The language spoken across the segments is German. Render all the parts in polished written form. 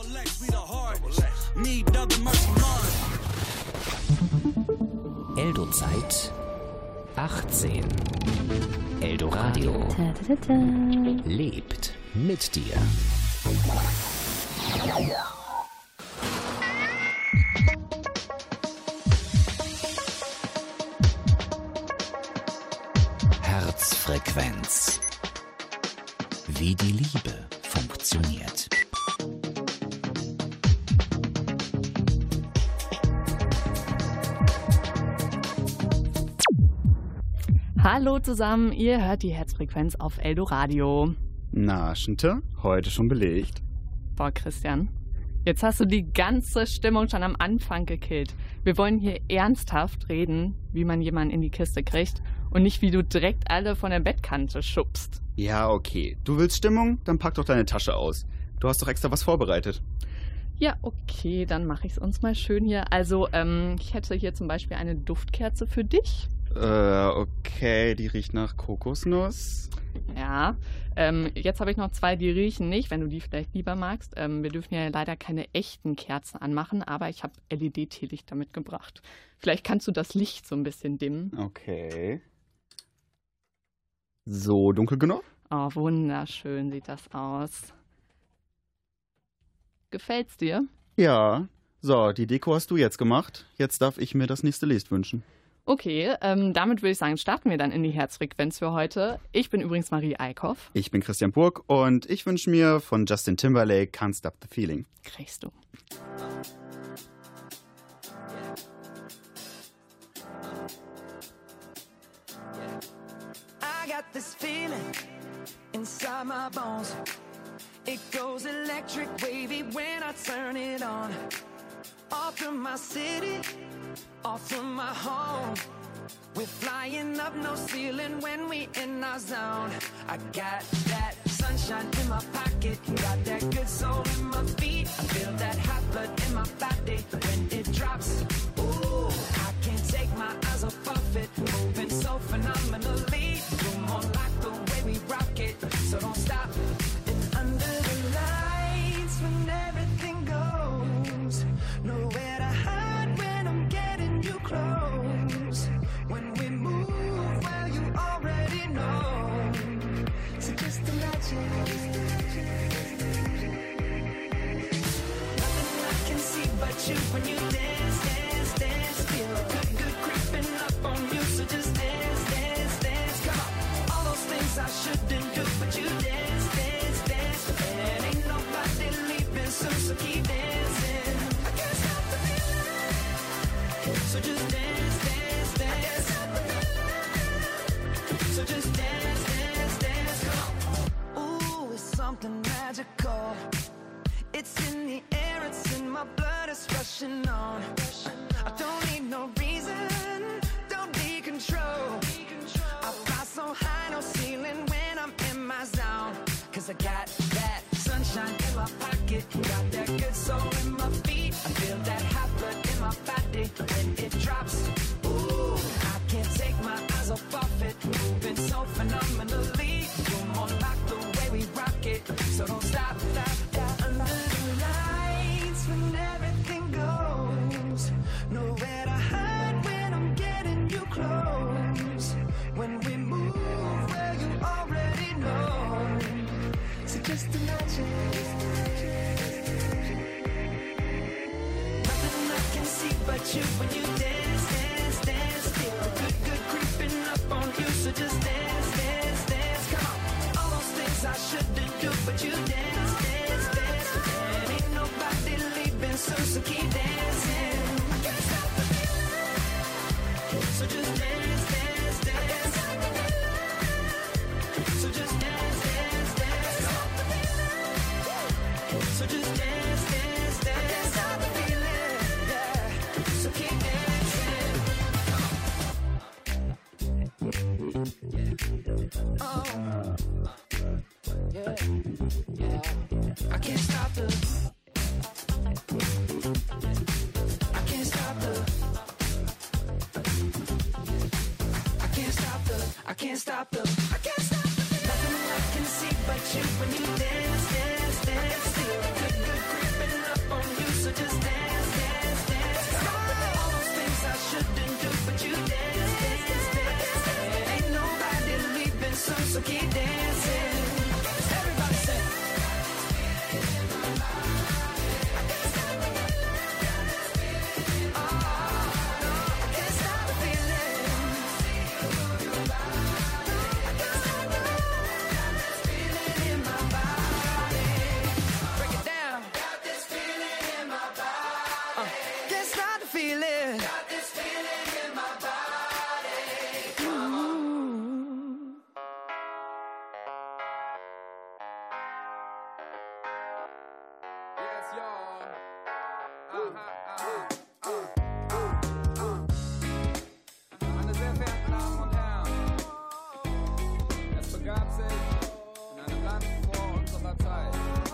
Eldo-Zeit 18. Eldoradio lebt mit dir. Herzfrequenz. Wie die Liebe funktioniert. Hallo zusammen, ihr hört die Herzfrequenz auf Eldoradio. Na, Schente, heute schon belegt. Boah, Christian, jetzt hast du die ganze Stimmung schon am Anfang gekillt. Wir wollen hier ernsthaft reden, wie man jemanden in die Kiste kriegt und nicht, wie du direkt alle von der Bettkante schubst. Ja, okay. Du willst Stimmung? Dann pack doch deine Tasche aus. Du hast doch extra was vorbereitet. Ja, okay, dann mache ich es uns mal schön hier. Also, ich hätte hier zum Beispiel eine Duftkerze für dich. Okay, die riecht nach Kokosnuss. Ja, jetzt habe ich noch zwei, die riechen nicht, wenn du die vielleicht lieber magst. Wir dürfen ja leider keine echten Kerzen anmachen, aber ich habe LED-Teelichter mitgebracht. Vielleicht kannst du das Licht so ein bisschen dimmen. Okay. So dunkel genug? Oh, wunderschön sieht das aus. Gefällt's dir? Ja. So, die Deko hast du jetzt gemacht. Jetzt darf ich mir das nächste Lied wünschen. Okay, damit würde ich sagen, starten wir dann in die Herzfrequenz für heute. Ich bin übrigens Marie Eickhoff. Ich bin Christian Burg und ich wünsche mir von Justin Timberlake Can't Stop the Feeling. Kriegst du. I got this feeling inside my bones. It goes electric wavy when I turn it on. Off from my city, off from my home. We're flying up, no ceiling when we in our zone. I got that sunshine in my pocket, got that good soul in my feet. I feel that hot blood in my body when it drops. Ooh, I can't take my eyes off of it, moving so phenomenally. You're more like the way we rock it, so don't stop. And under the lights when everything goes, nowhere to hide when I'm getting you close. When we move, well, you already know. So just imagine. Nothing I can see but you when you dance, dance, dance. Feel good creeping up on you. So just dance, dance, dance. Come on. All those things I shouldn't do, but you dance, dance, dance. And ain't nobody leaving soon, so keep dancing. I can't stop the feeling. So just dance, dance, dance. So just dance, dance, dance. Come on. Ooh, it's something magical. It's in the air, it's in my blood, it's rushing on. I don't need no reason, don't need control. I fly so high, no ceiling when I'm in my zone. Cause I got that sunshine in my pocket, got that good soul in my feet. I feel that hot blood in my body when it drops. Ooh, I can't take my eyes off of it, moving so phenomenally. You're more like the way we rock it, so don't stop, stop, stop. Under the lights when everything goes, nowhere to hide when I'm getting you close. When we move, well, you already know. So just imagine. Nothing I can see but you when you dance, dance, dance. Feel good creeping up on you. So just dance, dance, dance. Come on. All those things I shouldn't do, but you dance, dance, dance. And ain't nobody leaving soon, so keep dancing. I can't stop the feeling. So just dance, dance, dance. So just dance, dance, dance. So just dance, dance, dance. I can't stop the feeling, yeah. So keep dancing. Oh, yeah, yeah. I can't stop the. I can't stop the. I can't stop the. I can't stop the. I can't stop the. Nothing I can see but you when you dance, dance, dance. Feel good creeping Meine sehr verehrten Damen und Herren, es begab sich in einem Land vor unserer Zeit.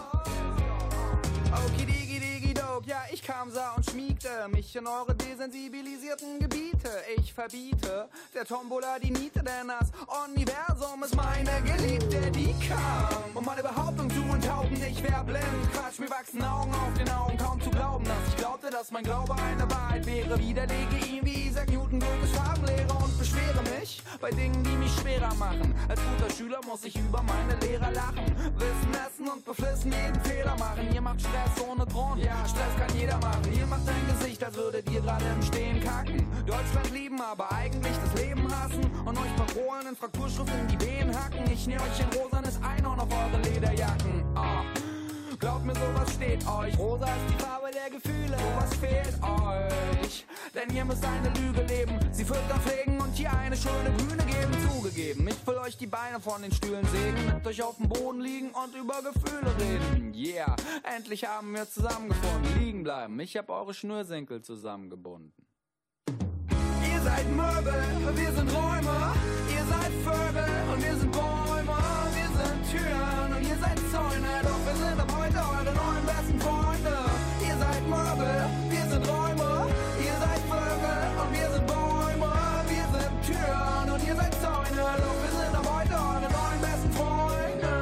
Okidigi-digi-dog, ja, ich kam, sah und schmiegte mich in eure desensibilisierten Gebiete. Ich verbiete der Tombola die Niete, denn das Universum ist meine Geliebte, die kam, um meine Behauptung zu enthaupten. Ich wär blind, Quatsch, mir wachsen Augen auf den Augen, kaum zu glauben, dass ich glaubte, dass mein Glaube eine Wahrheit wäre. Widerlege ihn wie Isaac Newton Goethes Farbenlehre und beschwere mich bei Dingen, die mich schwerer machen. Als guter Schüler muss ich über meine Lehrer lachen, Wissen essen und beflissen jeden Fehler machen. Ihr macht Stress ohne Grund, ja, Stress kann jeder machen. Ihr macht ein Gesicht, als würdet ihr gerade im Stehen kacken. Deutschland lieben, aber eigentlich das Leben hassen und euch Parolen in Frakturschrift in die Venen hacken. Ich nähe euch ein rosanes Einhorn auf eure Lederjacken. Glaubt mir, sowas steht euch. Rosa ist die Farbe der Gefühle. Sowas fehlt euch. Denn ihr müsst eine Lüge leben, sie füttern, pflegen und hier eine schöne Bühne geben. Zugegeben, ich will euch die Beine von den Stühlen sägen, mit euch auf dem Boden liegen und über Gefühle reden. Yeah, endlich haben wir zusammengefunden. Liegen bleiben, ich hab eure Schnürsenkel zusammengebunden. Ihr seid Möbel, wir sind Räume. Ihr seid Vögel und wir sind Bäume. Wir sind Türen und ihr seid Zäune. Doch wir sind ab heute eure neuen besten Freunde. Ihr seid Möbel, wir sind Räume. Ihr seid Vögel und wir sind Bäume. Wir sind Türen und ihr seid Zäune. Doch wir sind ab heute eure neuen besten Freunde.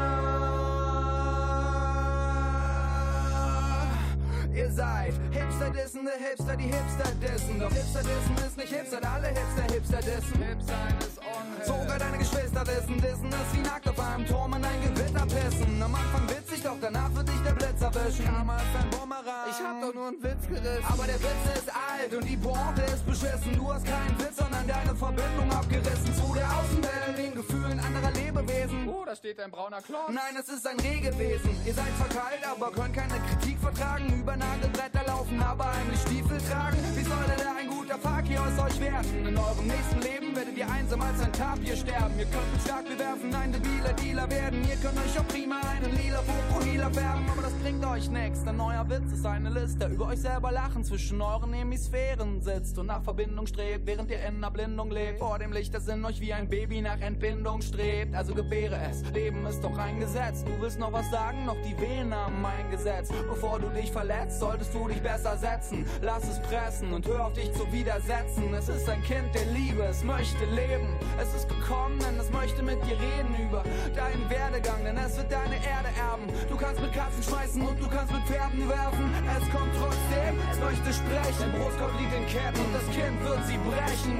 Ihr seid Hipster-Dissende Hipster, die Hipster dissen. Doch Hipster-Dissen ist nicht Hipster, alle Hipster dissen. Hip-Sein ist unhip. Sogar deine Geschwister wissen, Dissen ist wie nackt auf einem Turm in ein Gewitter pissen. Am Anfang witzig, doch danach wird dich der Blitz erwischen. Karma ist ein Bumerang. Ich hab doch nur einen Witz gerissen. Aber der Witz ist alt und die Pointe ist beschissen. Du hast keinen Witz, sondern deine Verbindung abgerissen zu der Außenwelt, den Gefühlen anderer Lebewesen. Oh, da steht ein brauner Klotz. Nein, es ist ein Rehgewesen. Ihr seid verkeilt, aber könnt keine Kritik vertragen. Über Nagelbretter laufen, aber heimlich Stiefel tragen. Wie soll denn ein guter Fakir aus euch werden? In eurem nächsten Leben werdet ihr einsam als ein Tapir sterben. Ihr könnt mit stark bewerfen, ein debiler Dealer werden. Ihr könnt euch auch prima einen lila Fokuhila färben, aber das bringt euch nix, denn euer Witz ist eine Liste. Über euch selber lachen, zwischen euren Hemisphären sitzt und nach Verbindung strebt, während ihr in Erblindung lebt. Vor dem Licht, das in euch wie ein Baby nach Entbindung strebt. Also gebäre es, Leben ist doch ein Gesetz. Du willst noch was sagen, noch die Venen haben ein Gesetz. Bevor du dich verletzt, solltest du dich besser setzen. Lass es pressen und hör auf dich zu widersetzen. Es ist ein Kind der Liebe, es möchte leben. Es ist gekommen, denn es möchte mit dir reden über deinen Werdegang, denn es wird deine Erde erben. Du kannst mit Katzen schmeißen und du kannst mit Pferden werfen. Es kommt trotzdem, es möchte sprechen. Dein Brustkorb liegt in Ketten und das Kind wird sie brechen.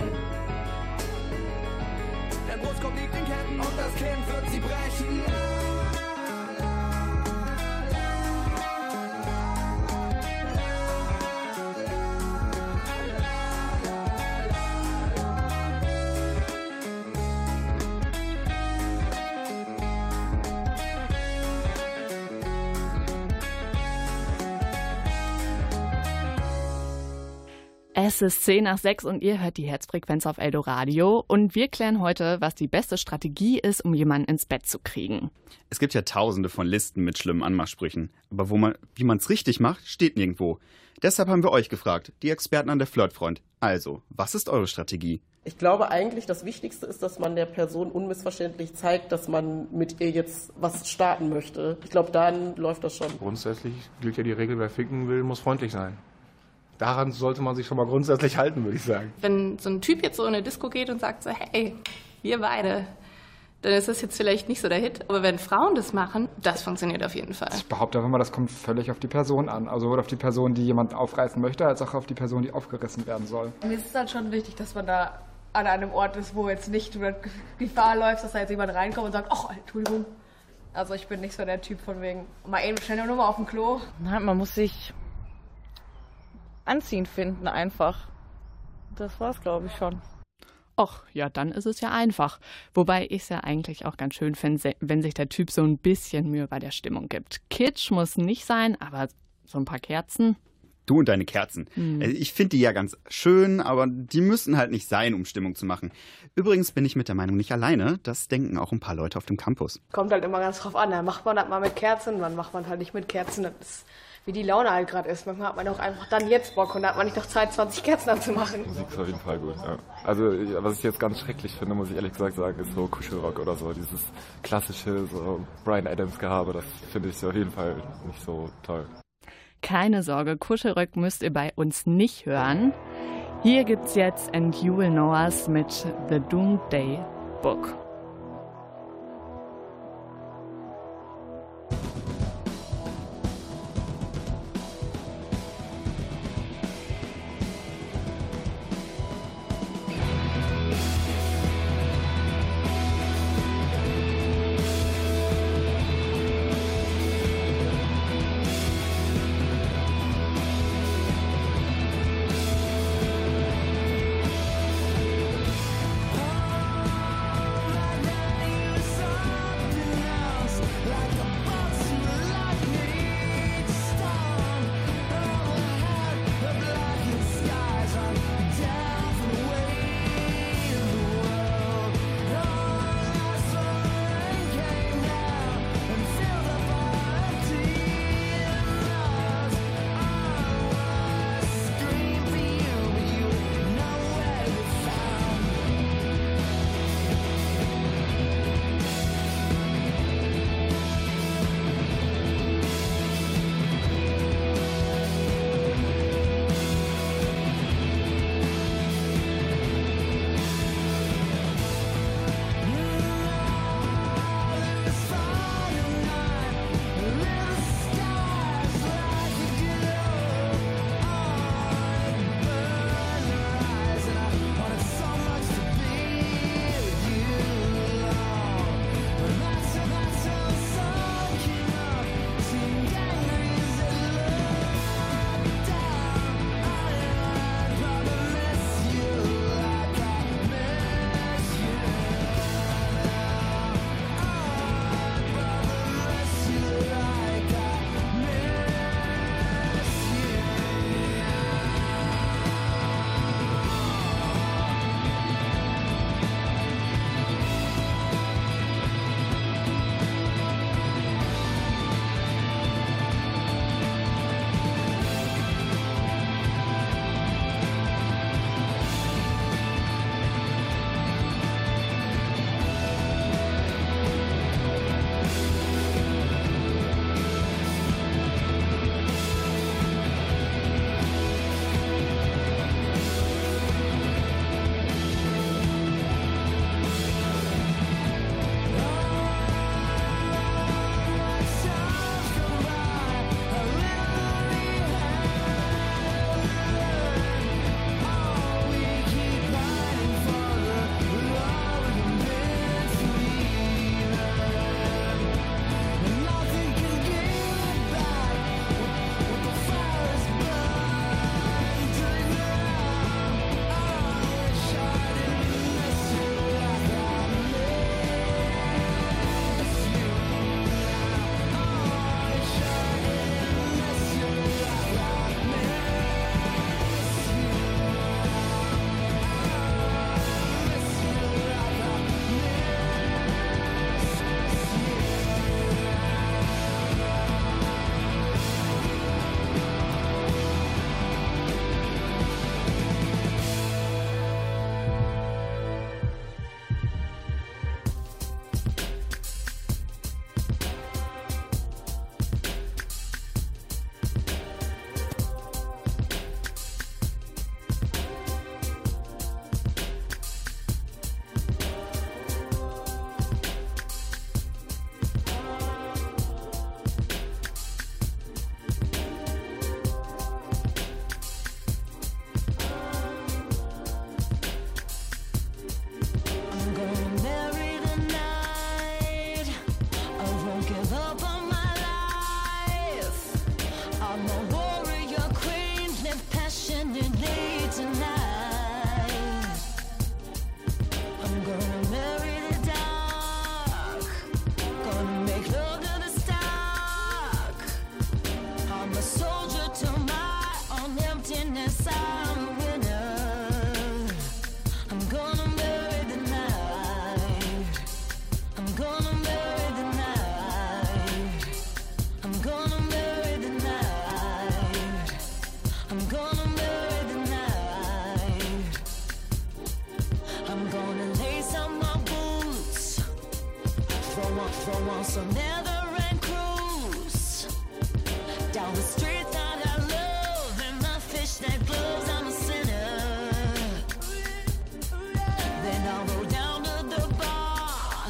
Dein Brustkorb liegt in Ketten und das Kind wird sie brechen. Es ist 5:10 und ihr hört die Herzfrequenz auf Eldoradio. Und wir klären heute, was die beste Strategie ist, um jemanden ins Bett zu kriegen. Es gibt ja tausende von Listen mit schlimmen Anmachsprüchen. Aber wie man es richtig macht, steht nirgendwo. Deshalb haben wir euch gefragt, die Experten an der Flirtfront. Also, was ist eure Strategie? Ich glaube eigentlich, das Wichtigste ist, dass man der Person unmissverständlich zeigt, dass man mit ihr jetzt was starten möchte. Ich glaube, dann läuft das schon. Grundsätzlich gilt ja die Regel, wer ficken will, muss freundlich sein. Daran sollte man sich schon mal grundsätzlich halten, würde ich sagen. Wenn so ein Typ jetzt so in eine Disco geht und sagt so, hey, wir beide, dann ist das jetzt vielleicht nicht so der Hit. Aber wenn Frauen das machen, das funktioniert auf jeden Fall. Ich behaupte einfach mal, das kommt völlig auf die Person an. Also sowohl auf die Person, die jemand aufreißen möchte, als auch auf die Person, die aufgerissen werden soll. Mir ist es dann schon wichtig, dass man da an einem Ort ist, wo jetzt nicht du Gefahr läufst, dass da jetzt jemand reinkommt und sagt, ach, Entschuldigung. Also ich bin nicht so der Typ von wegen, mal eben schnell nur mal auf dem Klo. Nein, man muss sich anziehend finden einfach. Das war's, glaube ich, schon. Och, ja, dann ist es ja einfach. Wobei ich es ja eigentlich auch ganz schön finde, wenn sich der Typ so ein bisschen Mühe bei der Stimmung gibt. Kitsch muss nicht sein, aber so ein paar Kerzen. Du und deine Kerzen. Ich finde die ja ganz schön, aber die müssen halt nicht sein, um Stimmung zu machen. Übrigens bin ich mit der Meinung nicht alleine. Das denken auch ein paar Leute auf dem Campus. Kommt halt immer ganz drauf an. Dann macht man das mal mit Kerzen, dann macht man halt nicht mit Kerzen. Das ist wie die Laune halt gerade ist. Manchmal hat man auch einfach dann jetzt Bock und da hat man nicht noch Zeit, 20 Kerzen anzumachen. Musik ist auf jeden Fall gut, ja. Also, was ich jetzt ganz schrecklich finde, muss ich ehrlich gesagt sagen, ist so Kuschelrock oder so. Dieses klassische, so Bryan Adams-Gehabe, das finde ich auf jeden Fall nicht so toll. Keine Sorge, Kuschelrock müsst ihr bei uns nicht hören. Hier gibt's jetzt And You Will Know Us mit The Doomsday Book. for once I'll never end cruise down the street that I love in my fishnet gloves. I'm a sinner. Then I'll go down to the bar,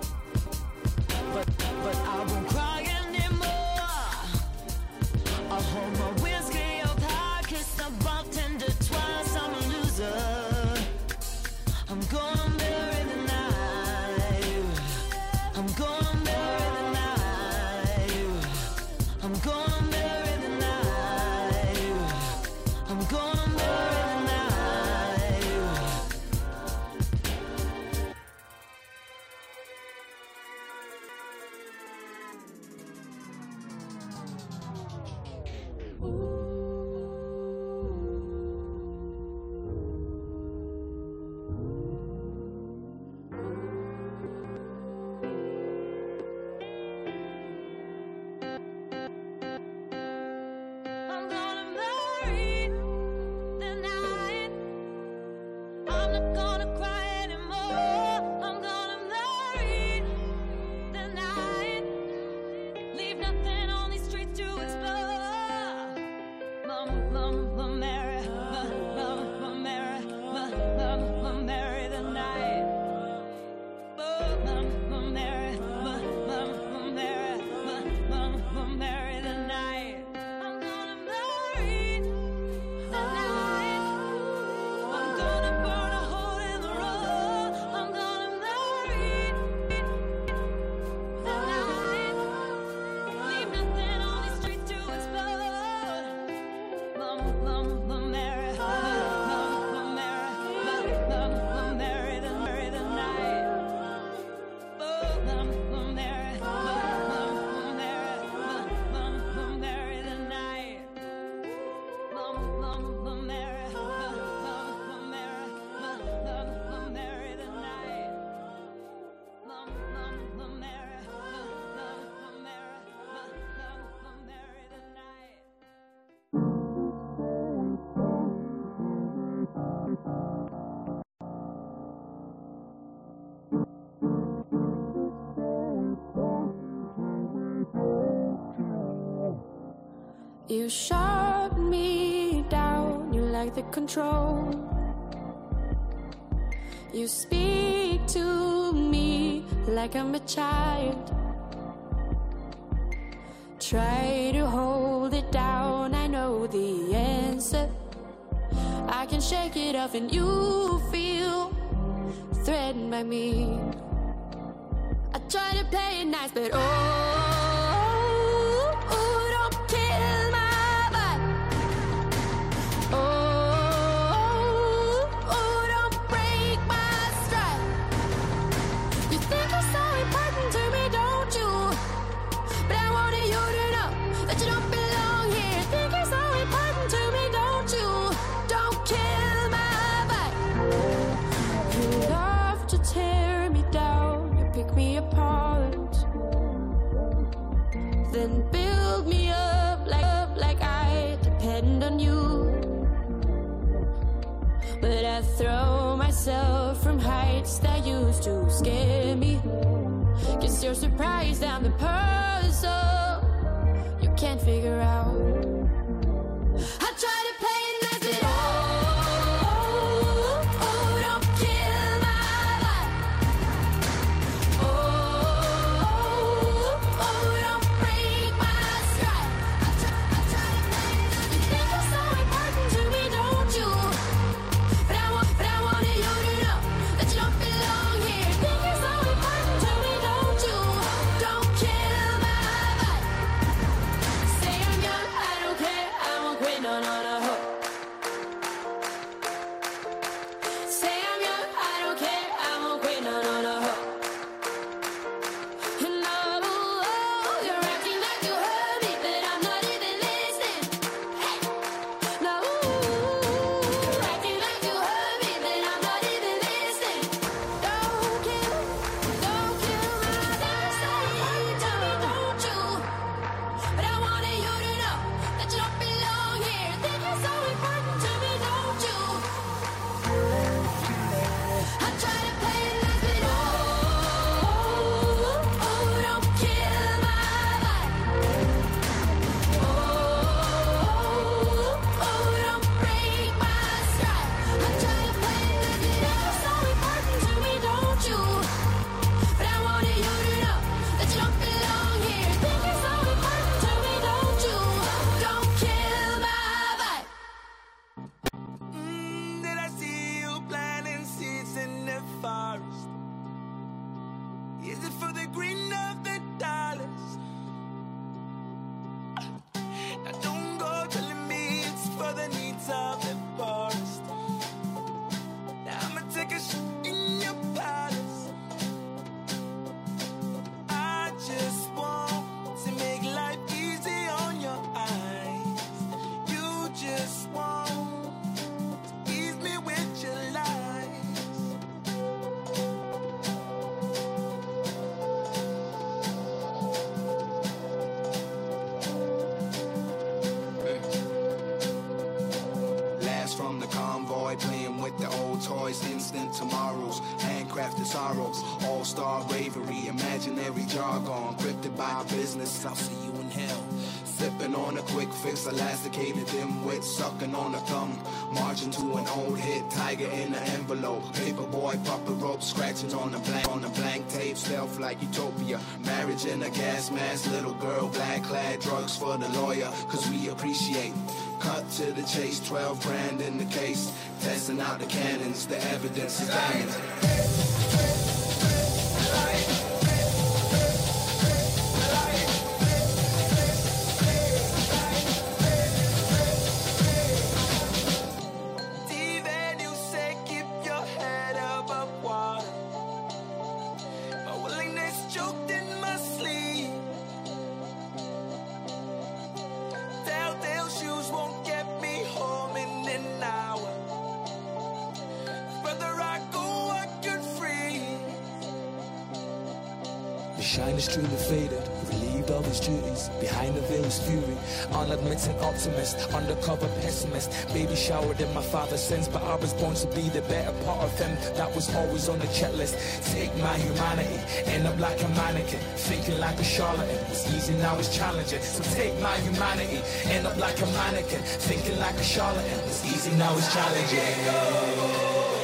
but I won't cry anymore. I'll hold my whiskey up high, kiss the bartender twice. I'm a loser. I'm gonna bury the night. I'm gonna bury the night. I'm gonna bury the night. I'm gonna bury the night. I'm gonna bury the night. I'm not gonna cry anymore. I'm gonna bury the night. Leave nothing on these streets to explore. Mama Mary, Mama Mary, Mama Mary the night. Mama Mary, Mama Mary, Mama Mary the night. I'm gonna bury the night. I'm gonna burn a hole in the road. I'm gonna bury the night. Leave nothing on these streets to explode. Mama Mary, Mama Mary, Mama Mary the night. Oh, Mama Mary, Mama Mary, Mama Mary the night. Mama Mary, Mama Mary, Mama Mary the night. Mama Mary, Mama Mary the night. You shut me down, you like the control. You speak to me like I'm a child. Try to hold it down, I know the answer. I can shake it off and you feel threatened by me. I try to play it nice, but don't kill my vibe. Don't break my stride. You think you're so important to me, don't you? But I wanted you to know that you don't belong here. Think you're so important to me, don't you? Don't kill my vibe. You love to tear me down, you pick me apart, then build me up like I depend on you. But I throw myself from heights that used to scare me. Guess you're surprised I'm the puzzle you can't figure out. I try to play it nice, but don't kill my vibe. Don't break my stride. I try to play it nice. You think you're so important to me, don't you? But I wanted you to know that you don't belong here. Think you're so important to me, don't you? Don't kill my vibe. Say I'm young, I and tomorrows, handcrafted sorrows, all-star bravery, imaginary jargon, encrypted by business. I'll see you in hell. Sipping on a quick fix, elasticated dimwit, sucking on a thumb, marching to an old hit, tiger in the envelope, paperboy, puppet rope, scratching on the blank tape, stealth like utopia, marriage in a gas mask, little girl, black clad, drugs for the lawyer, cause we appreciate. Cut to the chase, 12 grand in the case, testing out the cannons, the evidence is damning. Shine is truly faded, relieved of his duties. Behind the veil is fury, unadmitting optimist, undercover pessimist. Baby showered in my father's sins, but I was born to be the better part of him. That was always on the checklist. Take my humanity, end up like a mannequin, thinking like a charlatan. It's easy now, it's challenging. So take my humanity, end up like a mannequin, thinking like a charlatan. It's easy now, it's challenging.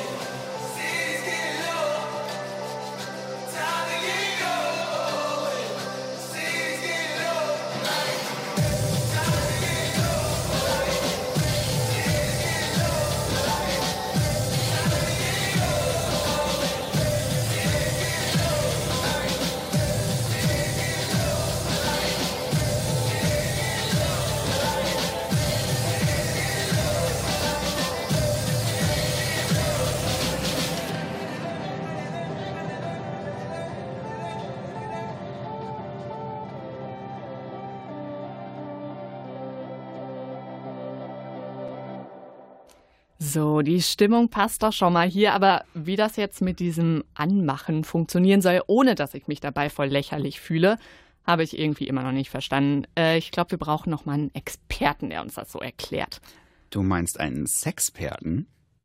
So, die Stimmung passt doch schon mal hier, aber wie das jetzt mit diesem Anmachen funktionieren soll, ohne dass ich mich dabei voll lächerlich fühle, habe ich irgendwie immer noch nicht verstanden. Ich glaube, wir brauchen noch mal einen Experten, der uns das so erklärt. Du meinst einen Sexperten?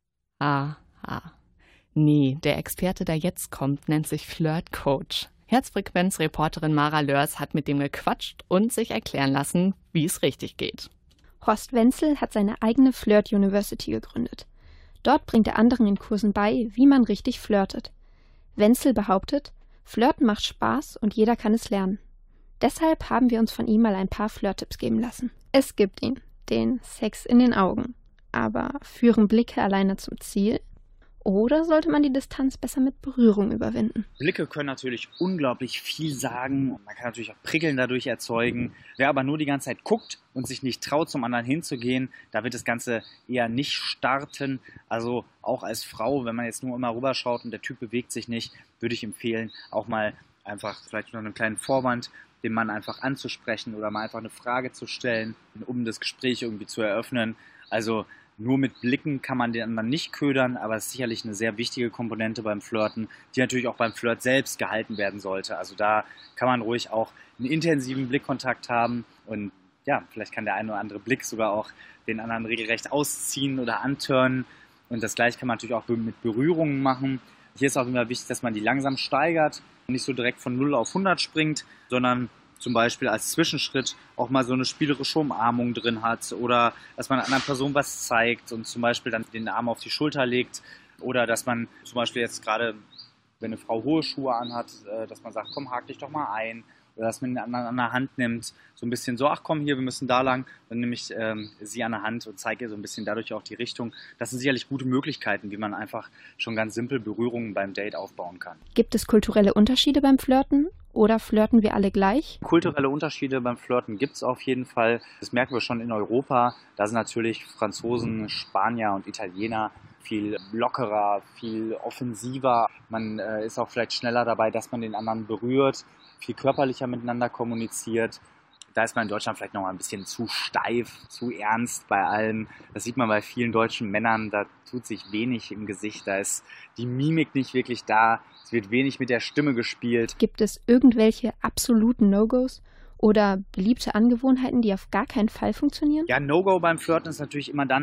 Nee, der Experte, der jetzt kommt, nennt sich Flirt-Coach. Herzfrequenz-Reporterin Mara Lörs hat mit dem gequatscht und sich erklären lassen, wie es richtig geht. Horst Wenzel hat seine eigene Flirt-University gegründet. Dort bringt er anderen in Kursen bei, wie man richtig flirtet. Wenzel behauptet, Flirten macht Spaß und jeder kann es lernen. Deshalb haben wir uns von ihm mal ein paar Flirt-Tipps geben lassen. Es gibt ihn, den Sex in den Augen. Aber führen Blicke alleine zum Ziel? Oder sollte man die Distanz besser mit Berührung überwinden? Blicke können natürlich unglaublich viel sagen. Man kann natürlich auch Prickeln dadurch erzeugen. Wer aber nur die ganze Zeit guckt und sich nicht traut, zum anderen hinzugehen, da wird das Ganze eher nicht starten. Also auch als Frau, wenn man jetzt nur immer rüberschaut und der Typ bewegt sich nicht, würde ich empfehlen, auch mal einfach vielleicht noch einen kleinen Vorwand, den Mann einfach anzusprechen oder mal einfach eine Frage zu stellen, um das Gespräch irgendwie zu eröffnen. Also nur mit Blicken kann man den anderen nicht ködern, aber es ist sicherlich eine sehr wichtige Komponente beim Flirten, die natürlich auch beim Flirt selbst gehalten werden sollte. Also da kann man ruhig auch einen intensiven Blickkontakt haben und ja, vielleicht kann der eine oder andere Blick sogar auch den anderen regelrecht ausziehen oder anturnen. Und das gleiche kann man natürlich auch mit Berührungen machen. Hier ist auch immer wichtig, dass man die langsam steigert und nicht so direkt von 0 auf 100 springt, sondern zum Beispiel als Zwischenschritt auch mal so eine spielerische Umarmung drin hat oder dass man einer anderen Person was zeigt und zum Beispiel dann den Arm auf die Schulter legt oder dass man zum Beispiel jetzt gerade, wenn eine Frau hohe Schuhe anhat, dass man sagt, komm, hak dich doch mal ein oder dass man den anderen an der Hand nimmt, so ein bisschen so, ach komm hier, wir müssen da lang, dann nehme ich sie an der Hand und zeige ihr so ein bisschen dadurch auch die Richtung. Das sind sicherlich gute Möglichkeiten, wie man einfach schon ganz simpel Berührungen beim Date aufbauen kann. Gibt es kulturelle Unterschiede beim Flirten? Oder flirten wir alle gleich? Kulturelle Unterschiede beim Flirten gibt es auf jeden Fall. Das merken wir schon in Europa. Da sind natürlich Franzosen, Spanier und Italiener viel lockerer, viel offensiver. Man ist auch vielleicht schneller dabei, dass man den anderen berührt, viel körperlicher miteinander kommuniziert. Da ist man in Deutschland vielleicht noch mal ein bisschen zu steif, zu ernst bei allem. Das sieht man bei vielen deutschen Männern, da tut sich wenig im Gesicht, da ist die Mimik nicht wirklich da, es wird wenig mit der Stimme gespielt. Gibt es irgendwelche absoluten No-Gos oder beliebte Angewohnheiten, die auf gar keinen Fall funktionieren? Ja, No-Go beim Flirten ist natürlich immer dann,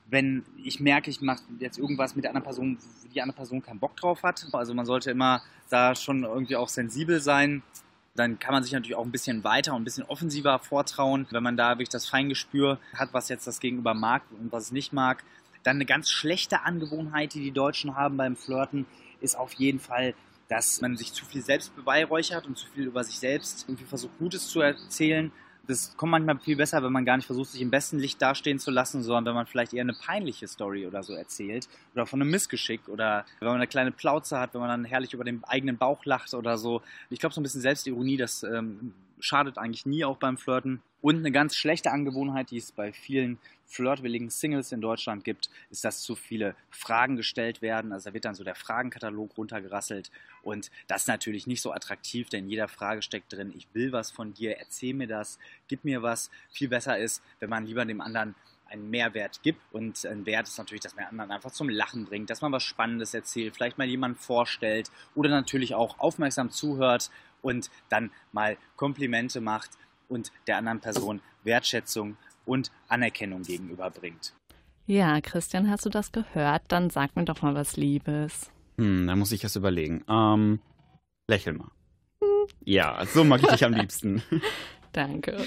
wenn ich merke, ich mache jetzt irgendwas mit der anderen Person, wo die andere Person keinen Bock drauf hat. Also man sollte immer da schon irgendwie auch sensibel sein. Dann kann man sich natürlich auch ein bisschen weiter und ein bisschen offensiver vortrauen, wenn man da wirklich das Feingespür hat, was jetzt das Gegenüber mag und was es nicht mag. Dann eine ganz schlechte Angewohnheit, die die Deutschen haben beim Flirten, ist auf jeden Fall, dass man sich zu viel selbst beweihräuchert und zu viel über sich selbst irgendwie versucht, Gutes zu erzählen. Das kommt manchmal viel besser, wenn man gar nicht versucht, sich im besten Licht dastehen zu lassen, sondern wenn man vielleicht eher eine peinliche Story oder so erzählt oder von einem Missgeschick oder wenn man eine kleine Plauze hat, wenn man dann herrlich über den eigenen Bauch lacht oder so. Ich glaube, so ein bisschen Selbstironie, das schadet eigentlich nie, auch beim Flirten. Und eine ganz schlechte Angewohnheit, die es bei vielen flirtwilligen Singles in Deutschland gibt, ist, dass zu viele Fragen gestellt werden. Also da wird dann so der Fragenkatalog runtergerasselt und das ist natürlich nicht so attraktiv, denn in jeder Frage steckt drin, ich will was von dir, erzähl mir das, gib mir was. Viel besser ist, wenn man lieber dem anderen einen Mehrwert gibt und ein Wert ist natürlich, dass man den anderen einfach zum Lachen bringt, dass man was Spannendes erzählt, vielleicht mal jemanden vorstellt oder natürlich auch aufmerksam zuhört und dann mal Komplimente macht und der anderen Person Wertschätzung und Anerkennung gegenüberbringt. Ja, Christian, hast du das gehört? Dann sag mir doch mal was Liebes. Da muss ich das überlegen. Lächel mal. Ja, so mag ich dich am liebsten. Danke.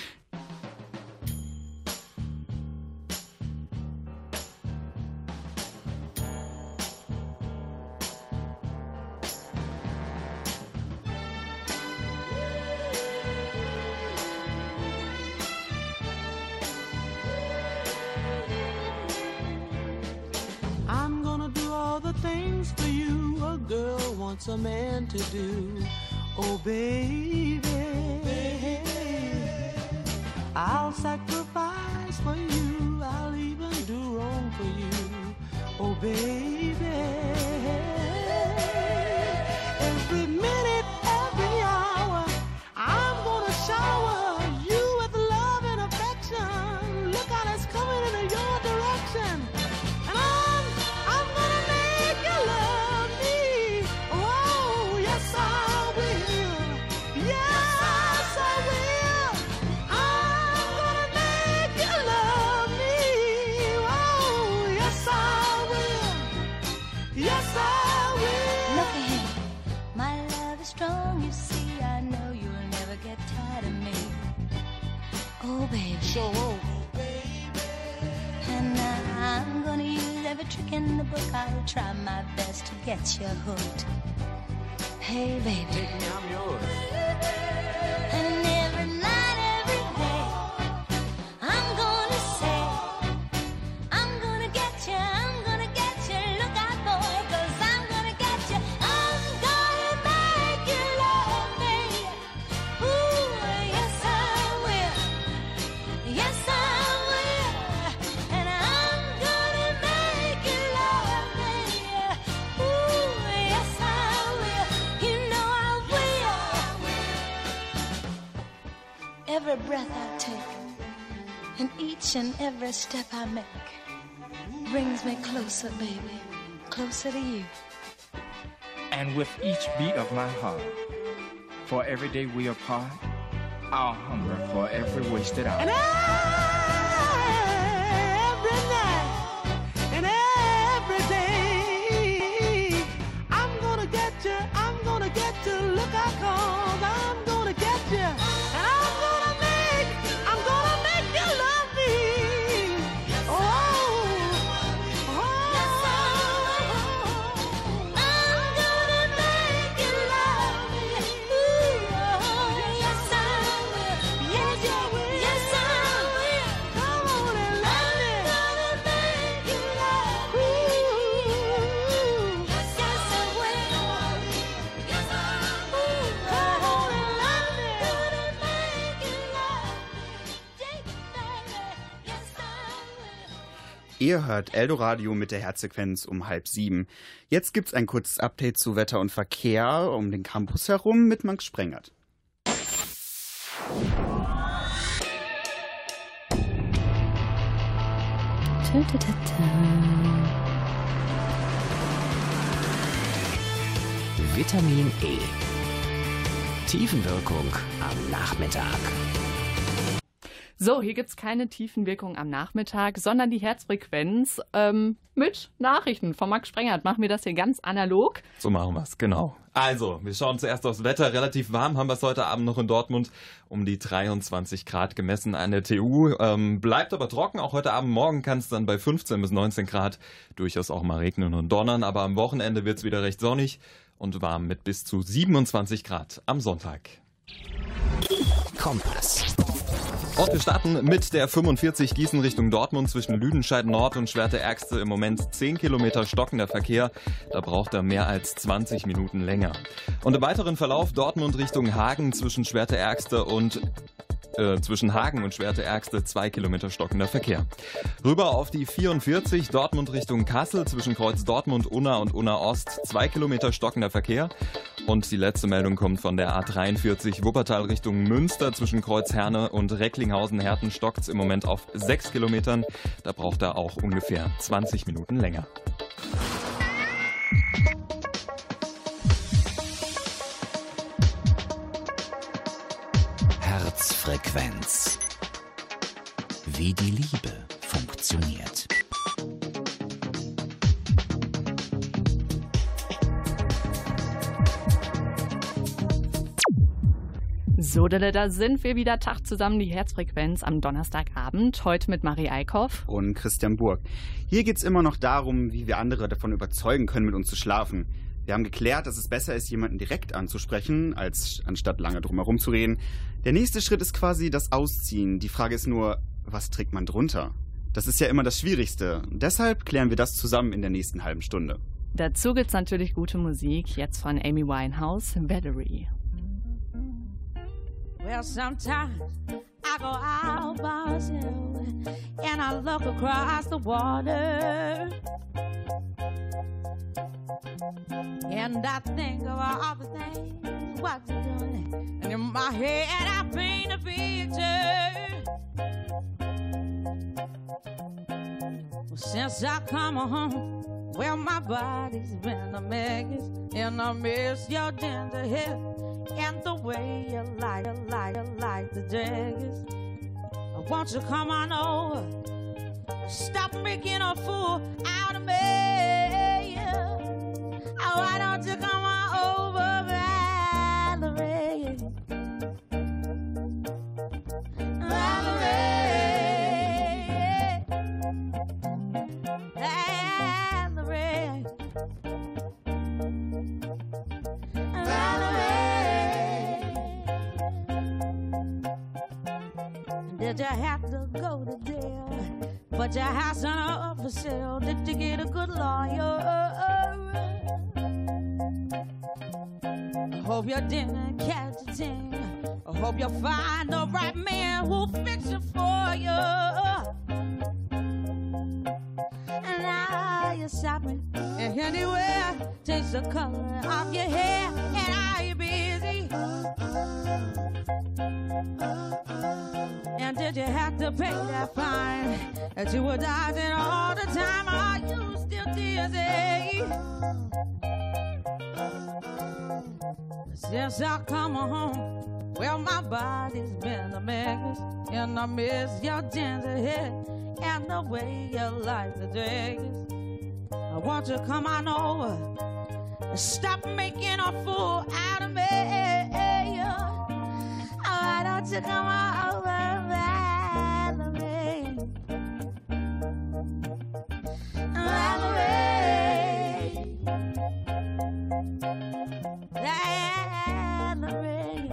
I'm gonna do all the things for you a girl wants a man to do. Oh, baby, I'll sacrifice for you. I'll even do wrong for you. Oh, baby, every minute, every hour, I'm gonna shower you with love and affection. Look out, it's coming in your direction. And I'm gonna make you love me. Oh, yes, I will. Yes, I will. I'm gonna make you love me. Oh, yes, I will. Yes, I will. Look ahead, my love is strong, you see. I know you'll never get tired of me. Oh, baby. And I'm gonna use every trick in the book. I'll try my best to get you hooked. Hey, baby. Take me, I'm yours. And every night, every day, I'm gonna say, I'm gonna get you, look out boy, 'cause I'm gonna get you, I'm gonna make you love me. Ooh, yes I will, yes I will, and I'm gonna make you love me. Ooh, yes I will, you know I will. Every breath I take, and each and every step I make, brings me closer, baby, closer to you. And with each beat of my heart, for every day we apart, I'll hunger for every wasted hour. And every night and every day, I'm gonna get you, look out, 'cause I'm gonna get you. And I'm gonna make you love me. Oh, I'm gonna make you love me. Ooh, yes I will. Yes I will. Yes I will. Come on and love me. I'm gonna make you love me. Yes I will. Yes I will. Come on and love me. Gonna make you love me. Take it, baby. Yes I will. Ihr hört Eldoradio mit der Herzsequenz um 6:30. Jetzt gibt's ein kurzes Update zu Wetter und Verkehr um den Campus herum mit Max Sprengert. Vitamin E. Tiefenwirkung am Nachmittag. So, hier gibt's keine Tiefenwirkung am Nachmittag, sondern die Herzfrequenz mit Nachrichten von Max Sprengert. Machen wir das hier ganz analog. So machen wir's, genau. Also, wir schauen zuerst aufs Wetter. Relativ warm haben wir es heute Abend noch in Dortmund. Um die 23 Grad gemessen an der TU. Bleibt aber trocken. Auch heute Abend, morgen kann es dann bei 15 bis 19 Grad durchaus auch mal regnen und donnern. Aber am Wochenende wird's wieder recht sonnig und warm mit bis zu 27 Grad am Sonntag. Kompass. Und wir starten mit der 45 Gießen Richtung Dortmund zwischen Lüdenscheid Nord und Schwerte-Ärgste. Im Moment 10 Kilometer stockender Verkehr. Da braucht er mehr als 20 Minuten länger. Und im weiteren Verlauf Dortmund Richtung Hagen zwischen Schwerte-Ärgste und Schwerte-Ärgste 2 Kilometer stockender Verkehr. Rüber auf die 44 Dortmund Richtung Kassel zwischen Kreuz Dortmund, Unna und Unna Ost 2 Kilometer stockender Verkehr. Und die letzte Meldung kommt von der A43 Wuppertal Richtung Münster zwischen Kreuz Herne und Recklinghausen-Herten stockt's im Moment auf 6 Kilometern. Da braucht er auch ungefähr 20 Minuten länger. Herzfrequenz. Wie die Liebe funktioniert. So, da sind wir wieder Tag zusammen, die Herzfrequenz am Donnerstagabend. Heute mit Marie Eickhoff und Christian Burg. Hier geht's immer noch darum, wie wir andere davon überzeugen können, mit uns zu schlafen. Wir haben geklärt, dass es besser ist, jemanden direkt anzusprechen, anstatt lange drum herum zu reden. Der nächste Schritt ist quasi das Ausziehen. Die Frage ist nur, was trägt man drunter? Das ist ja immer das Schwierigste. Deshalb klären wir das zusammen in der nächsten halben Stunde. Dazu gibt's natürlich gute Musik, jetzt von Amy Winehouse, Battery. Well, sometimes I go out by myself and I look across the water and I think of all the things what you're doing, and in my head I paint a picture. Well, since I come home, well, my body's been a mess and I miss your ginger hair and the way you like the daggers. Won't you come on over? Stop making a fool out of me. Why don't you come on over, Valerie? Valerie. Did you have to go to jail? But your house on up for sale. Did you get a good lawyer? I hope you didn't catch a thing. I hope you find the right man who'll fix it for you. And now you're shopping anywhere. Change the color of your hair. And are you busy? And did you have to pay that fine that you were dodging all the time? Are you still dizzy? Since I come home, well, my body's been a mess, and I miss your ginger hair and the way you like the daggers. I want you to come on over and stop making a fool out of me. Why don't you come on over, Valerie? Valerie. Valerie.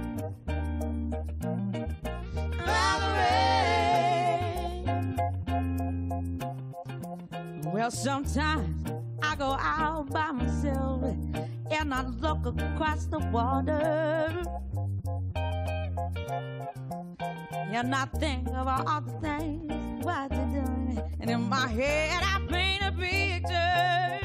Valerie. Well, sometimes I go out by myself and I look across the water. And I think of all the things what you're doing, and in my head I paint a picture.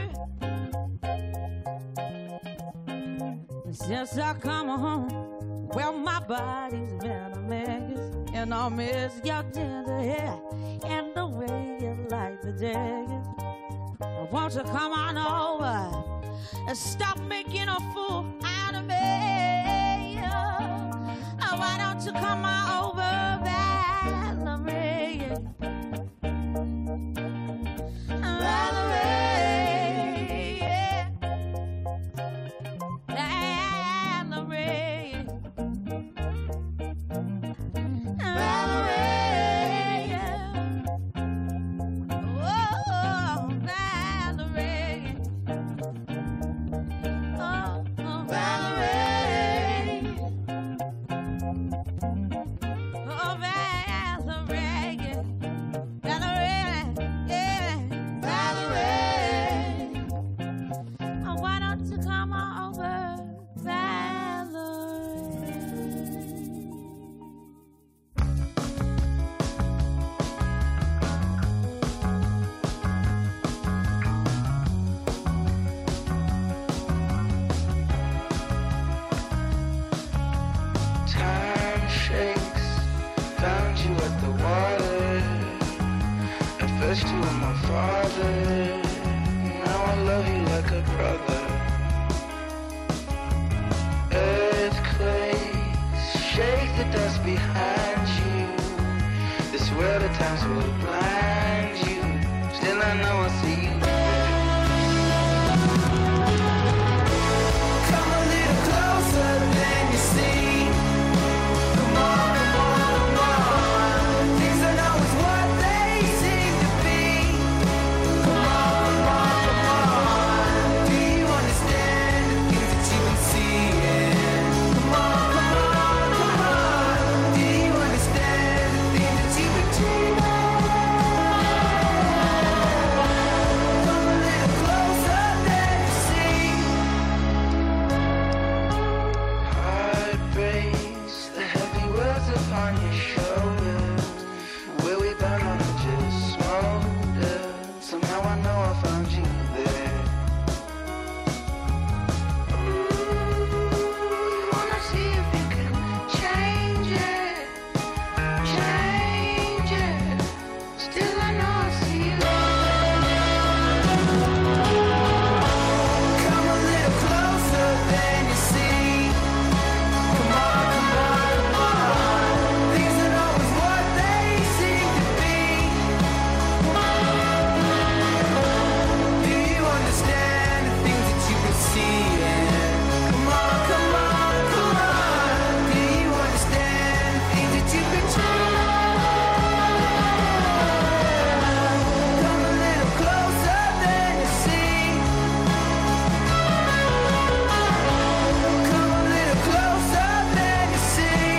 Since I come home, well, my body's been a mess, and I miss your ginger hair and the way you like the daggers. Won't you come on over and stop making a fool out of me? Why don't you come on over, back? At first you were my father, now I love you like a brother. Earthquakes shake the dust behind you. This world at times will blind you. Still I know I see you. Come a little closer than you see. Come on, come on, come on. Things are not always what they seem to be. Come on, come on, come on. Do you understand the things that you've been seeing? Come on, come on, come on. Do you understand the things that you've been dreaming? Come a little closer than you see. Heart breaks, the heavy words upon your shoulders. Where we burn on just smolder. Somehow I know I found you there. Wanna see if you can change it, change it. Still I know I see you. Come a little closer than you see. Come on, come on, come on. Things are always what they seem to be. Do you understand the things that you've been seeing? Come on, come on, come on. Do you understand the things that you've been dreaming? Come a little closer than you see. Come a little closer than you see.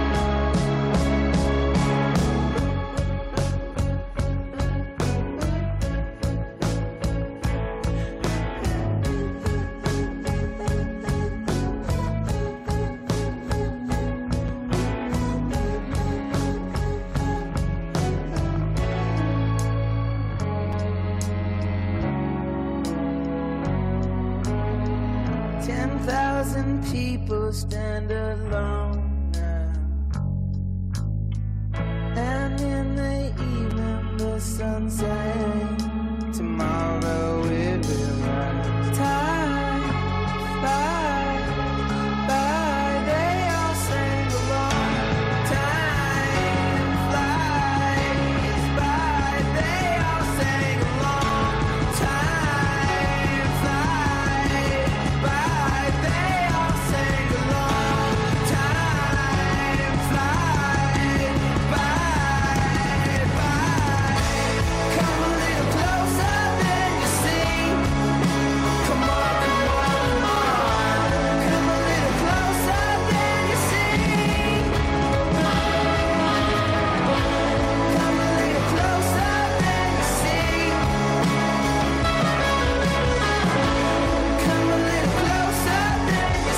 $10,000 people stand alone now, and in the evening the sun sets. Tomorrow it will rise. Time flies by, they all sing along. Time flies by, they all sing along. Time flies by, they all sing along. Time flies by. Come a little closer than you see. Come on, come on, come on. Come a little closer than you see. Come a little closer than you see. Come a little closer than you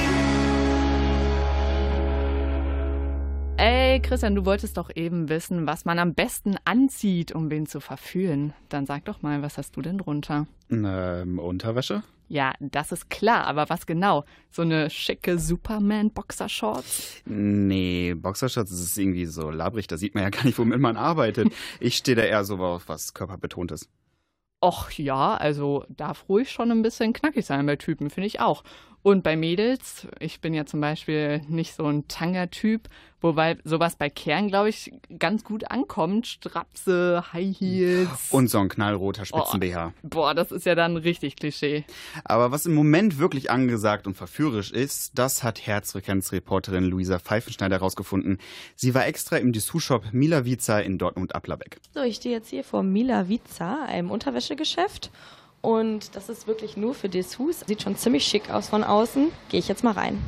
see. Ey, Christian, du wolltest doch eben wissen, was man am besten anzieht, um wen zu verführen. Dann sag doch mal, was hast du denn drunter? Unterwäsche? Ja, das ist klar, aber was genau? So eine schicke Superman-Boxershorts? Nee, Boxershorts das ist irgendwie so labrig, da sieht man ja gar nicht, womit man arbeitet. Ich stehe da eher so auf was Körperbetontes. Och ja, also darf ruhig schon ein bisschen knackig sein bei Typen, finde ich auch. Und bei Mädels, ich bin ja zum Beispiel nicht so ein Tanga-Typ, wobei sowas bei Kerlen, glaube ich, ganz gut ankommt. Strapse, High Heels. Und so ein knallroter Spitzen-BH. Boah, das ist ja dann richtig Klischee. Aber was im Moment wirklich angesagt und verführerisch ist, das hat Herzfrequenz-Reporterin Luisa Pfeifenschneider herausgefunden. Sie war extra im Dessous-Shop Milavica in Dortmund-Applerbeck. So, ich stehe jetzt hier vor Milavica, einem Unterwäschegeschäft. Und das ist wirklich nur für Dessous. Sieht schon ziemlich schick aus von außen. Gehe ich jetzt mal rein.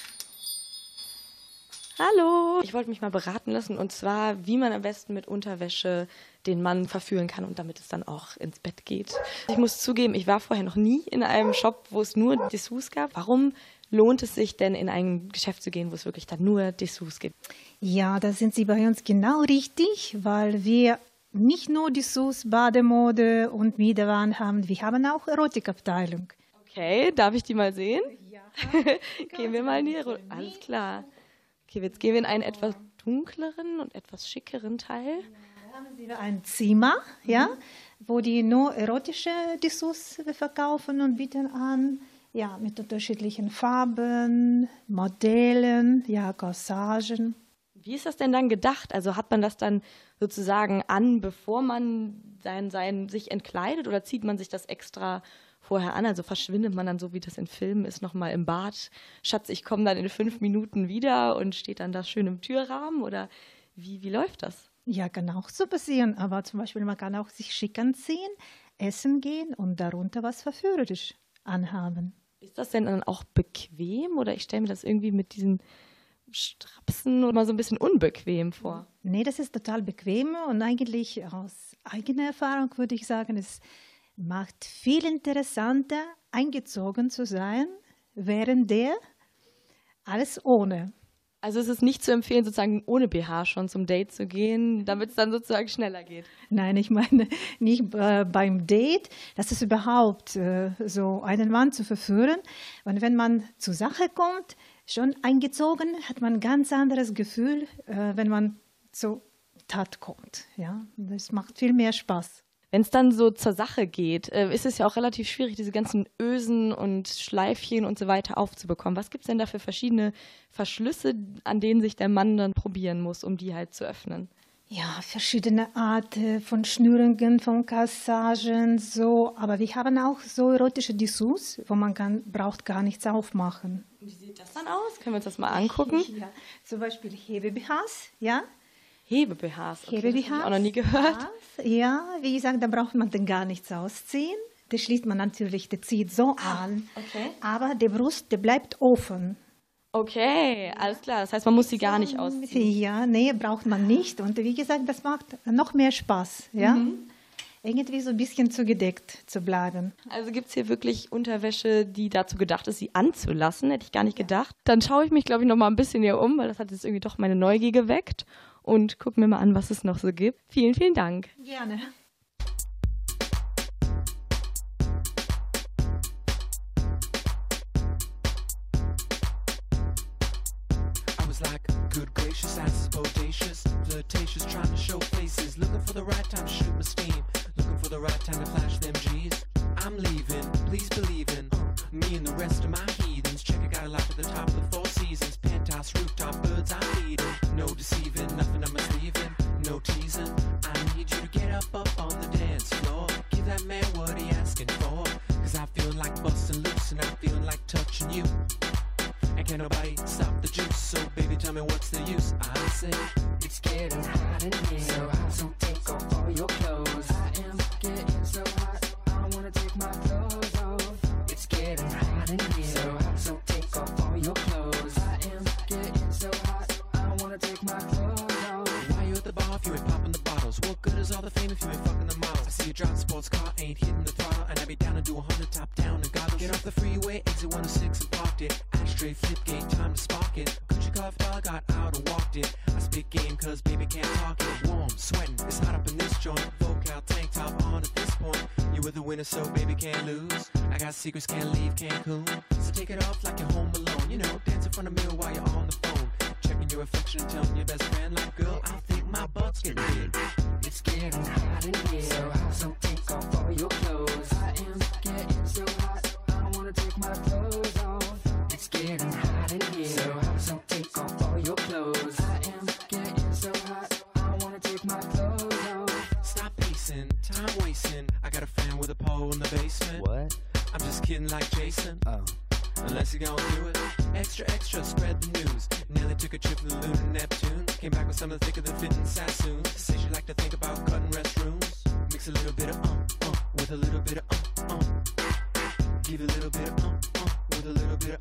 Hallo! Ich wollte mich mal beraten lassen, und zwar, wie man am besten mit Unterwäsche den Mann verführen kann und damit es dann auch ins Bett geht. Ich muss zugeben, ich war vorher noch nie in einem Shop, wo es nur Dessous gab. Warum lohnt es sich denn, in ein Geschäft zu gehen, wo es wirklich dann nur Dessous gibt? Ja, da sind Sie bei uns genau richtig, weil wir nicht nur Dessous, Bademode und Miederwaren haben, wir haben auch Erotikabteilung. Okay, darf ich die mal sehen? Ja. Gehen wir mal in die Alles klar. Okay, jetzt gehen wir in einen etwas dunkleren und etwas schickeren Teil. haben Sie ein Zimmer, ja, wo die nur erotische Dessous verkaufen und bieten an. Ja, mit unterschiedlichen Farben, Modellen, ja, Corsagen. Wie ist das denn dann gedacht? Also hat man das dann sozusagen an, bevor man sich entkleidet, oder zieht man sich das extra vorher an? Also verschwindet man dann, so wie das in Filmen ist, nochmal im Bad? Schatz, ich komme dann in 5 Minuten wieder und steht dann da schön im Türrahmen? Oder wie läuft das? Ja, kann auch so passieren. Aber zum Beispiel, man kann auch sich schick anziehen, essen gehen und darunter was verführerisch anhaben. Ist das denn dann auch bequem? Oder ich stelle mir das irgendwie mit diesen Strapsen oder so ein bisschen unbequem vor. Nee, das ist total bequem und eigentlich aus eigener Erfahrung würde ich sagen, es macht viel interessanter, eingezogen zu sein, während der alles ohne. Also es ist nicht zu empfehlen, sozusagen ohne BH schon zum Date zu gehen, damit es dann sozusagen schneller geht. Nein, ich meine nicht beim Date. Das ist überhaupt so, einen Mann zu verführen. Und wenn man zur Sache kommt, schon eingezogen, hat man ein ganz anderes Gefühl, wenn man zur Tat kommt. Ja, das macht viel mehr Spaß. Wenn es dann so zur Sache geht, ist es ja auch relativ schwierig, diese ganzen Ösen und Schleifchen und so weiter aufzubekommen. Was gibt es denn da für verschiedene Verschlüsse, an denen sich der Mann dann probieren muss, um die halt zu öffnen? Ja, verschiedene Arten von Schnürungen, von Corsagen, so. Aber wir haben auch so erotische Dessous, wo man braucht gar nichts aufmachen. Wie sieht das dann aus? Können wir uns das mal angucken? Ja, zum Beispiel Hebe-BHs, ja. Hebe-BHs, okay, Hebe-BHs, das habe ich auch noch nie gehört. Ja, wie gesagt, da braucht man dann gar nichts ausziehen. Da schließt man natürlich, der zieht so an. Okay. Aber die Brust, der bleibt offen. Okay, alles klar. Das heißt, man muss sie gar nicht ausziehen. Ja, nee, braucht man nicht. Und wie gesagt, das macht noch mehr Spaß. Ja? Irgendwie so ein bisschen zugedeckt zu bleiben. Also gibt es hier wirklich Unterwäsche, die dazu gedacht ist, sie anzulassen? Hätte ich gar nicht gedacht. Dann schaue ich mich, glaube ich, noch mal ein bisschen hier um, weil das hat jetzt irgendwie doch meine Neugier geweckt. Und gucken wir mal an, was es noch so gibt. Vielen, vielen Dank. Gerne. I was like, good gracious, ass is bodacious, flirtatious, trying to show faces, looking for the right time to shoot my steam, looking for the right time to flash them G's. I'm leaving, please believe in me and the rest of my heathens. Check, I got a life at the top of the 4 seasons, penthouse, rooftop, birds I'm feeding. No deceiving, nothing I'm misleaving, no teasing. I need you to get up on the dance floor. Give that man what he asking for. Cause I feel like busting loose and I'm feeling like touching you. And can't nobody stop the juice, so baby tell me what's the use. I say, it's getting hot in here, so take off all your clothes. I am getting so hot, I wanna take my clothes off. It's getting hot in here, so take off all your clothes. I am getting so hot, I wanna take my clothes off. Why you at the bar if you ain't popping the bottles? What good is all the fame if you ain't fucking the models? I see you drive a sports car, ain't hitting the throttle, and I be down to do 100 top down and goggles. Get off the freeway, exit 106 and parked it. Ashtray flip gate, time to spark it. Gucci cuff dog, got out and walked it. I spit game cause baby can't talk it. Warm, sweating, it's hot up in this joint. Vocal tank top on at this point. You were the winner so baby can't lose. I got secrets, can't leave Cancun. So take it off like you're home alone. You know, dance in front of the mirror while you're on the phone. Checking your reflection and telling your best friend like, girl, I think my butt's getting big. It's getting hot in here, so take off all your clothes. I am getting so hot, I wanna take my clothes off. It's getting hot in here, so take off all your clothes. I am getting so hot, I wanna take my clothes off. Stop pacing, time wasting. I got a friend with a pole in the basement. What? I'm just kidding like Jason. Oh. Unless you're gonna do it. Extra, extra, spread the news. Nelly took a trip to the lunar Neptune. Came back with something thicker than fitting Sassoon. Say she like to think about cutting restrooms. Mix a little bit of with a little bit of Give a little bit of with a little bit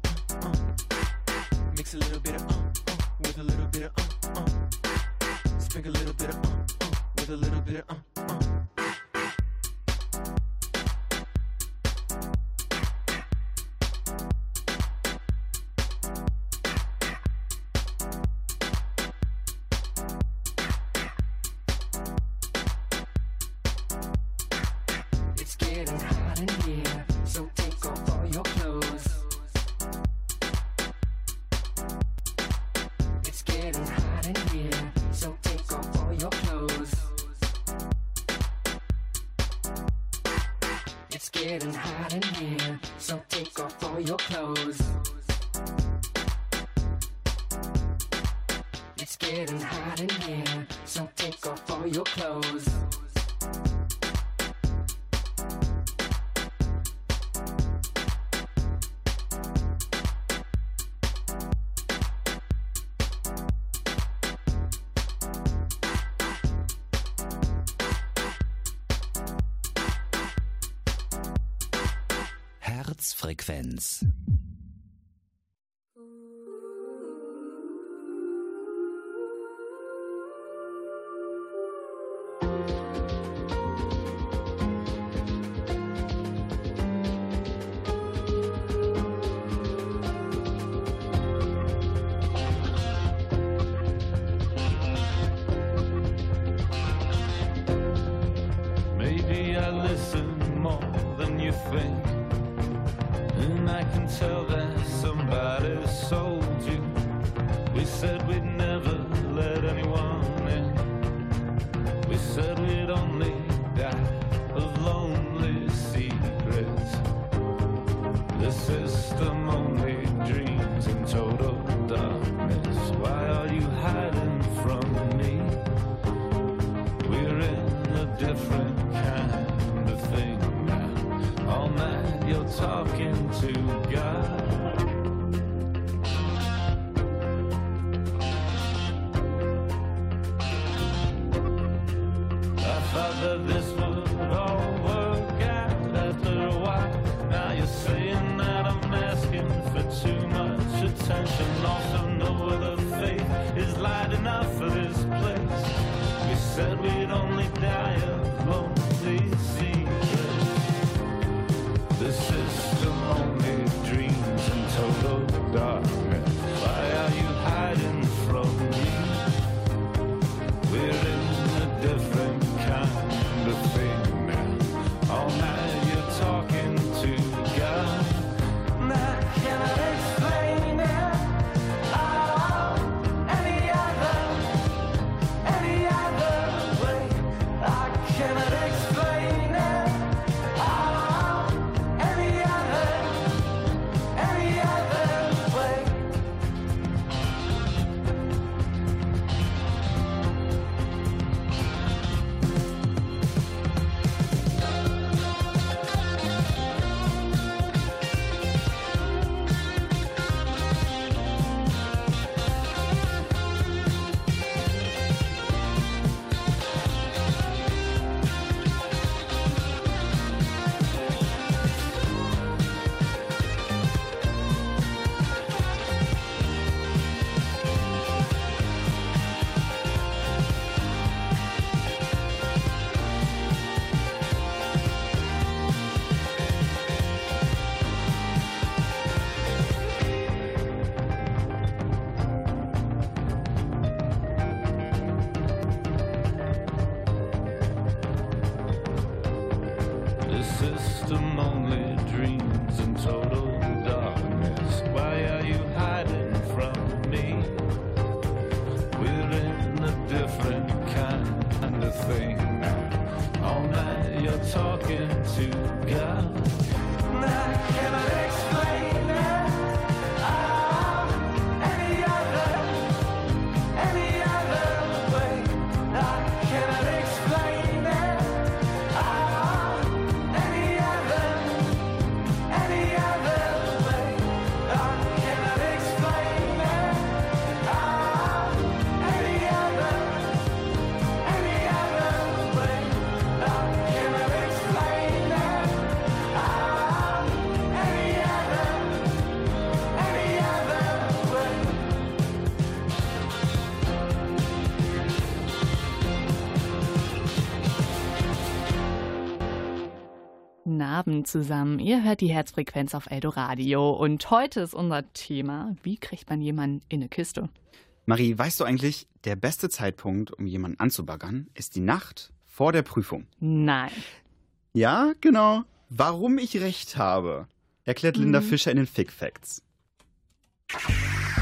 of Mix a little bit of with a little bit of Sprinkle a little bit of with a little bit of It's getting hot in here, so take off all your clothes. It's getting hot in here, so take off all your clothes. It's getting hot in here, so take off all your clothes. It's getting hot in here, so take off all your clothes. Herzfrequenz. Maybe I listen more than you think, and I can tell that somebody sold you. We said we'd never let anyone in. We said we'd only die of lonely secrets. The system only dreams in total darkness. Why are you hiding from me? We're in a different kind of thing now. All night you're talking to God. I thought that this would all work out after a while. Now you're saying that I'm asking for too much attention. Also no other faith is light enough for this place. We said we'd only die of lonely secrets. The system only dreams in total darkness. Why are you hiding from me? We're in a different kind of thing now. All night you're talking to God. And I cannot explain it. Oh, any other way. I cannot explain it. Oh, any other way. The system only dreams in total darkness. Why are you hiding from me? We're in a different kind of thing now. All night you're talking to God. And I cannot explain it. Oh, any other way. I cannot explain it. Oh, any other way. I cannot explain it. Oh, any other way. I cannot explain it. Oh, any other way. Guten Abend zusammen. Ihr hört die Herzfrequenz auf Eldoradio und heute ist unser Thema, wie kriegt man jemanden in eine Kiste? Marie, weißt du eigentlich, der beste Zeitpunkt, um jemanden anzubaggern, ist die Nacht vor der Prüfung? Nein. Ja, genau. Warum ich recht habe, erklärt Linda Fischer in den Fic Facts.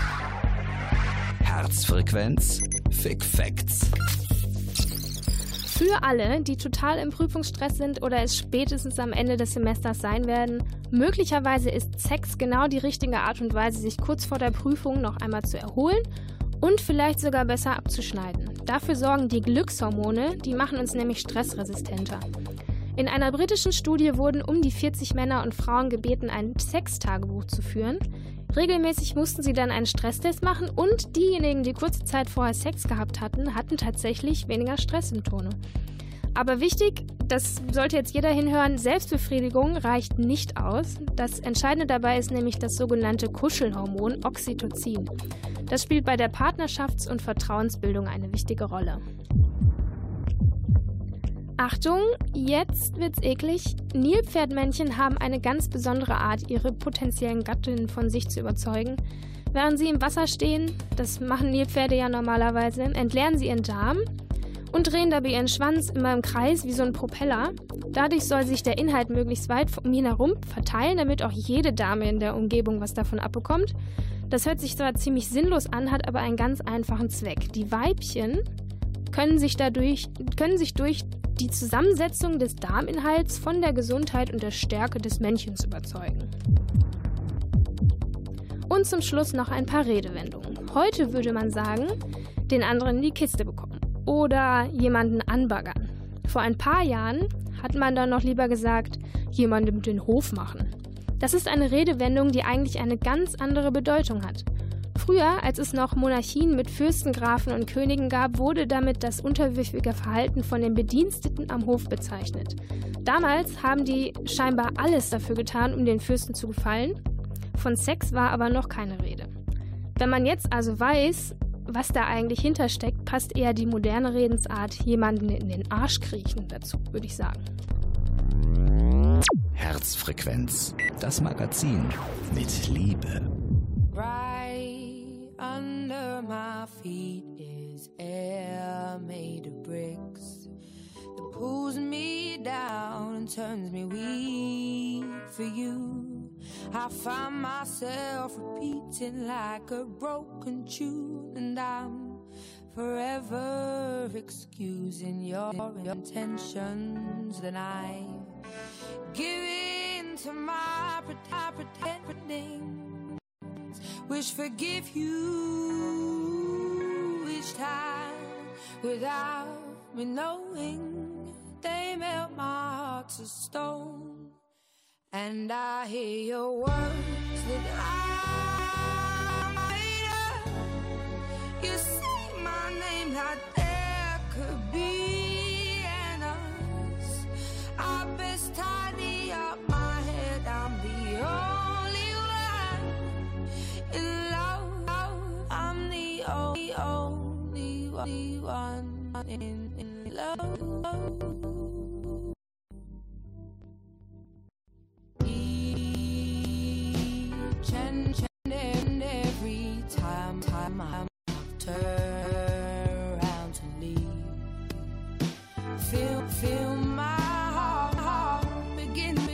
Herzfrequenz Fic Facts. Für alle, die total im Prüfungsstress sind oder es spätestens am Ende des Semesters sein werden, möglicherweise ist Sex genau die richtige Art und Weise, sich kurz vor der Prüfung noch einmal zu erholen und vielleicht sogar besser abzuschneiden. Dafür sorgen die Glückshormone, die machen uns nämlich stressresistenter. In einer britischen Studie wurden um die 40 Männer und Frauen gebeten, ein Sextagebuch zu führen. Regelmäßig mussten sie dann einen Stresstest machen und diejenigen, die kurze Zeit vorher Sex gehabt hatten, hatten tatsächlich weniger Stresssymptome. Aber wichtig, das sollte jetzt jeder hinhören, Selbstbefriedigung reicht nicht aus. Das Entscheidende dabei ist nämlich das sogenannte Kuschelhormon Oxytocin. Das spielt bei der Partnerschafts- und Vertrauensbildung eine wichtige Rolle. Achtung, jetzt wird's eklig. Nilpferdmännchen haben eine ganz besondere Art, ihre potenziellen Gattinnen von sich zu überzeugen. Während sie im Wasser stehen, das machen Nilpferde ja normalerweise, entleeren sie ihren Darm und drehen dabei ihren Schwanz immer im Kreis wie so ein Propeller. Dadurch soll sich der Inhalt möglichst weit um ihn herum verteilen, damit auch jede Dame in der Umgebung was davon abbekommt. Das hört sich zwar ziemlich sinnlos an, hat aber einen ganz einfachen Zweck. Die Weibchen können sich durch die Zusammensetzung des Darminhalts von der Gesundheit und der Stärke des Männchens überzeugen. Und zum Schluss noch ein paar Redewendungen. Heute würde man sagen, den anderen in die Kiste bekommen oder jemanden anbaggern. Vor ein paar Jahren hat man dann noch lieber gesagt, jemandem den Hof machen. Das ist eine Redewendung, die eigentlich eine ganz andere Bedeutung hat. Früher, als es noch Monarchien mit Fürsten, Grafen und Königen gab, wurde damit das unterwürfige Verhalten von den Bediensteten am Hof bezeichnet. Damals haben die scheinbar alles dafür getan, um den Fürsten zu gefallen. Von Sex war aber noch keine Rede. Wenn man jetzt also weiß, was da eigentlich hintersteckt, passt eher die moderne Redensart jemanden in den Arsch kriechen dazu, würde ich sagen. Herzfrequenz, das Magazin mit Liebe. Right under my feet is air made of bricks that pulls me down and turns me weak for you. I find myself repeating like a broken tune, and I'm forever excusing your intentions. Then I give in to my pretending. Wish forgive you each time without me knowing. They melt my heart to stone, and I hear your words that I made up. You say my name like there could be an us. I best tidy up my head. I'm the only one in love. I'm the only one in love. Each and every time I turn around to leave, feel my heart begin to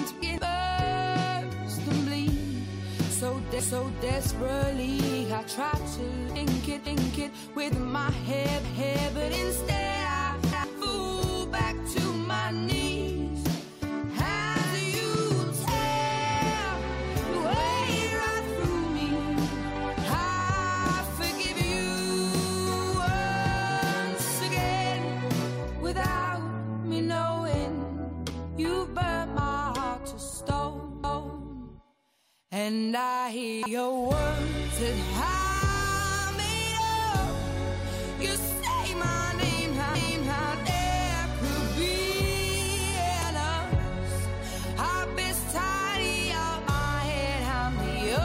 burst and bleed. So desperately I try to think it with my head, but instead I fall back to my knees. As you tear your way right through me, I forgive you once again without me knowing. You burnt my heart to stone. And I hear your words that I made up. You say my name, how there could be an us. I best tidy up my head. I'm the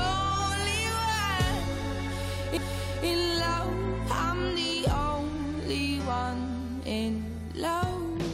only one in love. I'm the only one in love.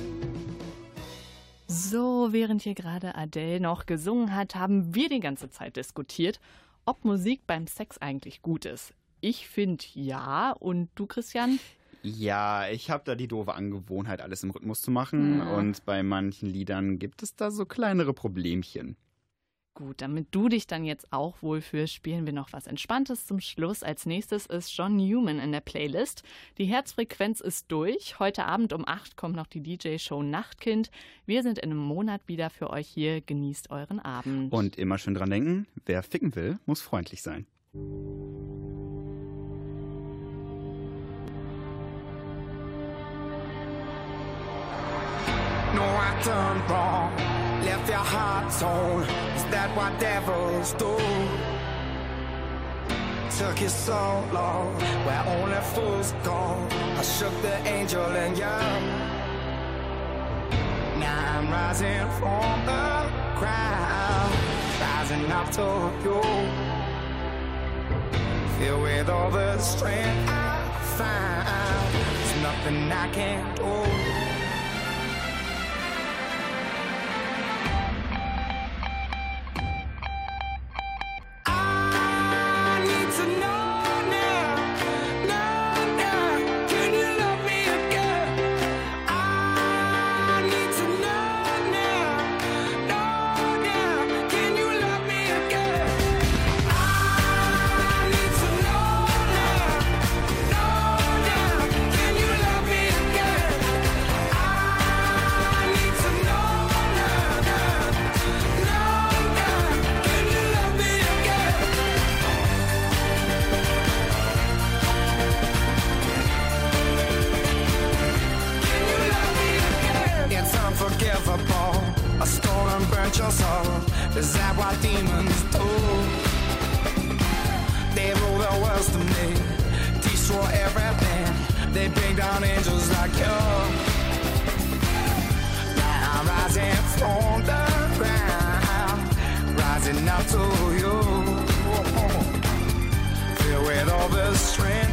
So, während hier gerade Adele noch gesungen hat, haben wir die ganze Zeit diskutiert, ob Musik beim Sex eigentlich gut ist. Ich finde ja. Und du, Christian? Ja, ich habe da die doofe Angewohnheit, alles im Rhythmus zu machen. Ja. Und bei manchen Liedern gibt es da so kleinere Problemchen. Gut, damit du dich dann jetzt auch wohlfühlst, spielen wir noch was Entspanntes zum Schluss. Als nächstes ist John Newman in der Playlist. Die Herzfrequenz ist durch. Heute Abend um 8 kommt noch die DJ-Show Nachtkind. Wir sind in einem Monat wieder für euch hier. Genießt euren Abend. Und immer schön dran denken, wer ficken will, muss freundlich sein. No, I done wrong. Left your heart torn. Is that what devils do? Took you so long, where only fools go. I shook the angel in you. Now I'm rising from the crowd, rising up to you. Filled with all the strength I found, there's nothing I can't do. A stolen burnt your soul. Is that what demons do? They rule the world to me, destroy everything. They bring down angels like you. Now I'm rising from the ground, rising up to you. Filled with all the strength